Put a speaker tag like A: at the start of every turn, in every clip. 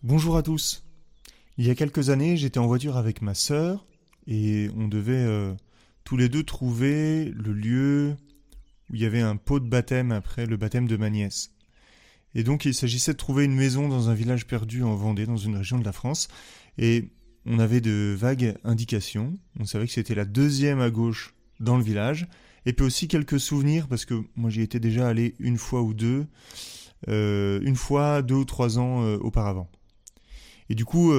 A: Bonjour à tous. Il y a quelques années, j'étais en voiture avec ma sœur et on devait tous les deux trouver le lieu où il y avait un pot de baptême après le baptême de ma nièce. Et donc il s'agissait de trouver une maison dans un village perdu en Vendée, dans une région de la France. Et on avait de vagues indications. On savait que c'était la deuxième à gauche dans le village. Et puis aussi quelques souvenirs, parce que moi j'y étais déjà allé une fois ou deux, une fois 2 ou 3 ans auparavant. Et du coup,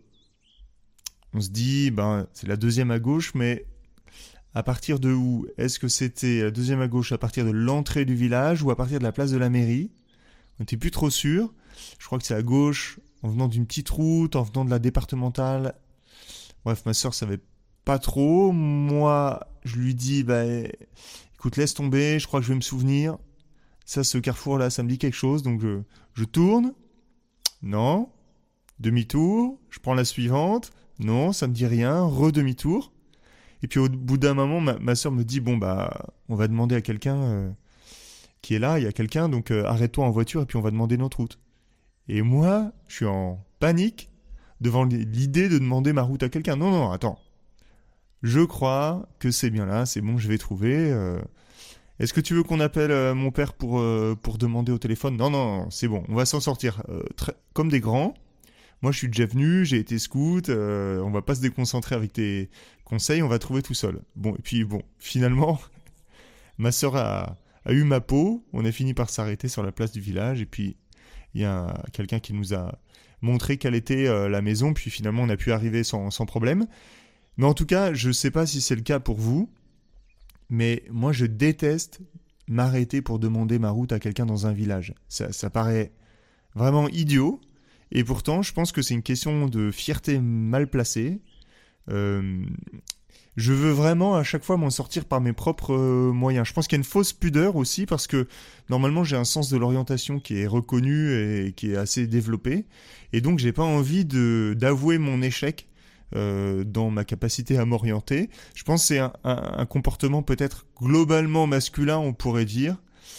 A: on se dit, c'est la deuxième à gauche, mais à partir de où? Est-ce que c'était la deuxième à gauche à partir de l'entrée du village ou à partir de la place de la mairie? On n'était plus trop sûr. Je crois que c'est à gauche, en venant d'une petite route, en venant de la départementale. Bref, ma sœur savait pas trop. Moi, je lui dis, écoute, laisse tomber, je crois que je vais me souvenir. Ça, ce carrefour-là, ça me dit quelque chose, donc je tourne. Non. Demi-tour, je prends la suivante. Non, ça me dit rien. Redemi-tour. Et puis au bout d'un moment, ma sœur me dit, on va demander à quelqu'un qui est là, il y a quelqu'un, donc arrête-toi en voiture et puis on va demander notre route. Et moi, je suis en panique devant l'idée de demander ma route à quelqu'un. Non, non, attends. Je crois que c'est bien là, c'est bon, je vais trouver. Est-ce que tu veux qu'on appelle mon père pour demander au téléphone? Non, non, c'est bon, on va s'en sortir comme des grands. Moi, je suis déjà venu, j'ai été scout, on va pas se déconcentrer avec tes conseils, on va trouver tout seul. Bon, et puis finalement, ma sœur a eu ma peau, on a fini par s'arrêter sur la place du village, et puis il y a quelqu'un qui nous a montré quelle était la maison, puis finalement on a pu arriver sans problème. Mais en tout cas, je sais pas si c'est le cas pour vous, mais moi je déteste m'arrêter pour demander ma route à quelqu'un dans un village. Ça paraît vraiment idiot. Et pourtant, je pense que c'est une question de fierté mal placée. Je veux vraiment à chaque fois m'en sortir par mes propres moyens. Je pense qu'il y a une fausse pudeur aussi parce que normalement j'ai un sens de l'orientation qui est reconnu et qui est assez développé. Et donc j'ai pas envie d'avouer mon échec dans ma capacité à m'orienter. Je pense que c'est un comportement peut-être globalement masculin, on pourrait dire.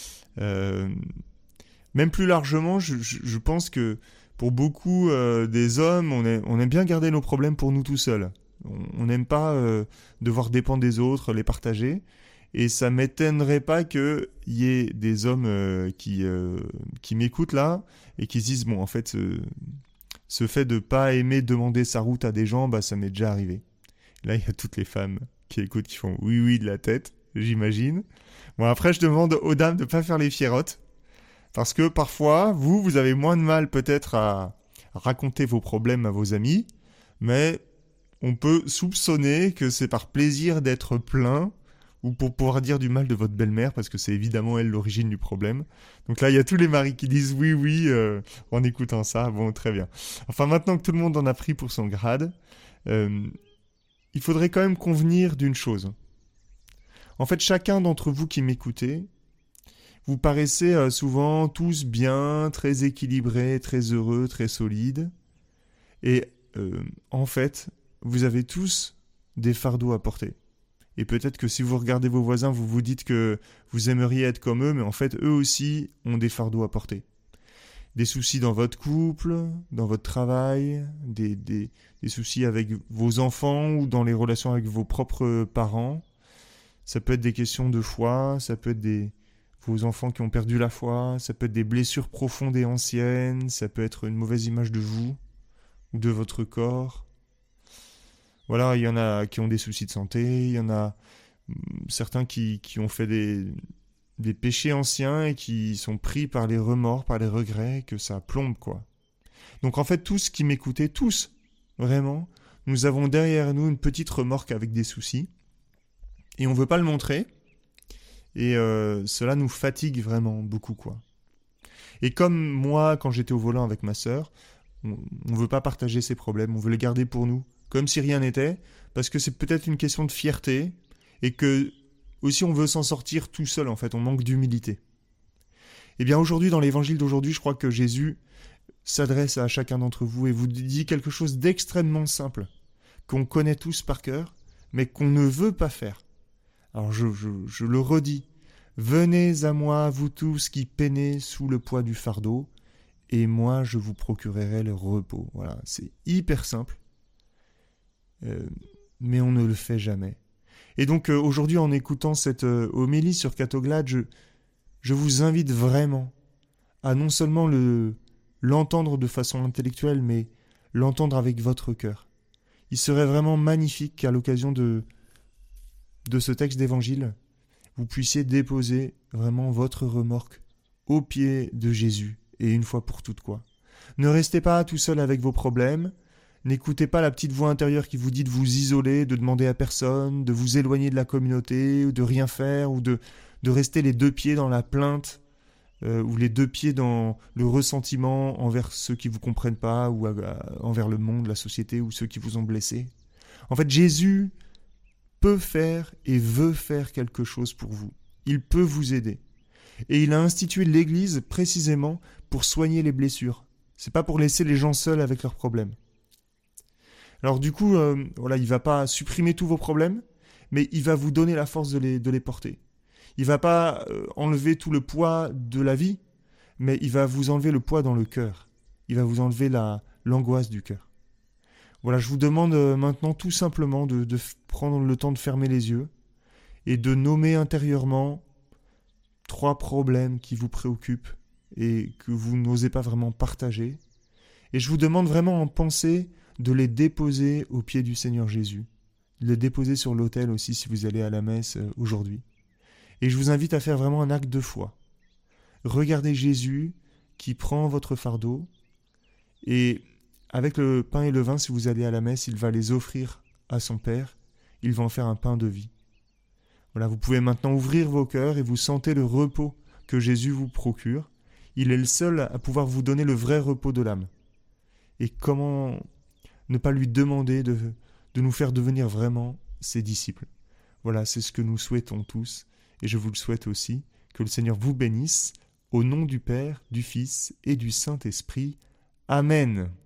A: Même plus largement, je pense que pour beaucoup des hommes, on aime bien garder nos problèmes pour nous tout seuls. On n'aime pas devoir dépendre des autres, les partager. Et ça m'étonnerait pas qu'il y ait des hommes qui m'écoutent là et qui se disent, bon, en fait, ce fait de pas aimer demander sa route à des gens, ça m'est déjà arrivé. Là, il y a toutes les femmes qui écoutent, qui font oui, oui de la tête, j'imagine. Bon, après, je demande aux dames de pas faire les fierottes. Parce que parfois, vous avez moins de mal peut-être à raconter vos problèmes à vos amis, mais on peut soupçonner que c'est par plaisir d'être plein ou pour pouvoir dire du mal de votre belle-mère, parce que c'est évidemment elle l'origine du problème. Donc là, il y a tous les maris qui disent oui, oui, en écoutant ça. Bon, très bien. Enfin, maintenant que tout le monde en a pris pour son grade, il faudrait quand même convenir d'une chose. En fait, chacun d'entre vous qui m'écoutez, vous paraissez souvent tous bien, très équilibrés, très heureux, très solides. Et en fait, vous avez tous des fardeaux à porter. Et peut-être que si vous regardez vos voisins, vous vous dites que vous aimeriez être comme eux, mais en fait, eux aussi ont des fardeaux à porter. Des soucis dans votre couple, dans votre travail, des soucis avec vos enfants ou dans les relations avec vos propres parents. Ça peut être des questions de foi, ça peut être vos enfants qui ont perdu la foi, ça peut être des blessures profondes et anciennes, ça peut être une mauvaise image de vous ou de votre corps. Voilà, il y en a qui ont des soucis de santé, il y en a certains qui ont fait des péchés anciens et qui sont pris par les remords, par les regrets, que ça plombe, quoi. Donc en fait, tous qui m'écoutez, tous, vraiment, nous avons derrière nous une petite remorque avec des soucis et on ne veut pas le montrer. Et cela nous fatigue vraiment beaucoup, quoi. Et comme moi, quand j'étais au volant avec ma sœur, on ne veut pas partager ses problèmes, on veut les garder pour nous, comme si rien n'était, parce que c'est peut-être une question de fierté, et que aussi on veut s'en sortir tout seul, en fait, on manque d'humilité. Et bien aujourd'hui, dans l'évangile d'aujourd'hui, je crois que Jésus s'adresse à chacun d'entre vous et vous dit quelque chose d'extrêmement simple, qu'on connaît tous par cœur, mais qu'on ne veut pas faire. Alors je le redis, venez à moi, vous tous qui peinez sous le poids du fardeau, et moi je vous procurerai le repos. Voilà, c'est hyper simple, mais on ne le fait jamais. Et donc aujourd'hui, en écoutant cette homélie sur Catoglade, je vous invite vraiment à non seulement l'entendre de façon intellectuelle, mais l'entendre avec votre cœur. Il serait vraiment magnifique qu'à l'occasion de ce texte d'évangile, vous puissiez déposer vraiment votre remorque au pied de Jésus, et une fois pour toutes quoi. Ne restez pas tout seul avec vos problèmes, n'écoutez pas la petite voix intérieure qui vous dit de vous isoler, de demander à personne, de vous éloigner de la communauté, ou de rien faire, ou de rester les deux pieds dans la plainte, ou les deux pieds dans le ressentiment envers ceux qui ne vous comprennent pas, ou envers le monde, la société, ou ceux qui vous ont blessé. En fait, Jésus peut faire et veut faire quelque chose pour vous. Il peut vous aider. Et il a institué l'Église précisément pour soigner les blessures. C'est pas pour laisser les gens seuls avec leurs problèmes. Alors du coup, voilà, il va pas supprimer tous vos problèmes, mais il va vous donner la force de les porter. Il va pas enlever tout le poids de la vie, mais il va vous enlever le poids dans le cœur. Il va vous enlever l'angoisse du cœur. Voilà, je vous demande maintenant tout simplement de prendre le temps de fermer les yeux et de nommer intérieurement 3 problèmes qui vous préoccupent et que vous n'osez pas vraiment partager. Et je vous demande vraiment en pensée de les déposer aux pieds du Seigneur Jésus. De les déposer sur l'autel aussi si vous allez à la messe aujourd'hui. Et je vous invite à faire vraiment un acte de foi. Regardez Jésus qui prend votre fardeau et avec le pain et le vin, si vous allez à la messe, il va les offrir à son Père. Il va en faire un pain de vie. Voilà, vous pouvez maintenant ouvrir vos cœurs et vous sentez le repos que Jésus vous procure. Il est le seul à pouvoir vous donner le vrai repos de l'âme. Et comment ne pas lui demander de nous faire devenir vraiment ses disciples. Voilà, c'est ce que nous souhaitons tous, et je vous le souhaite aussi, que le Seigneur vous bénisse, au nom du Père, du Fils et du Saint-Esprit. Amen.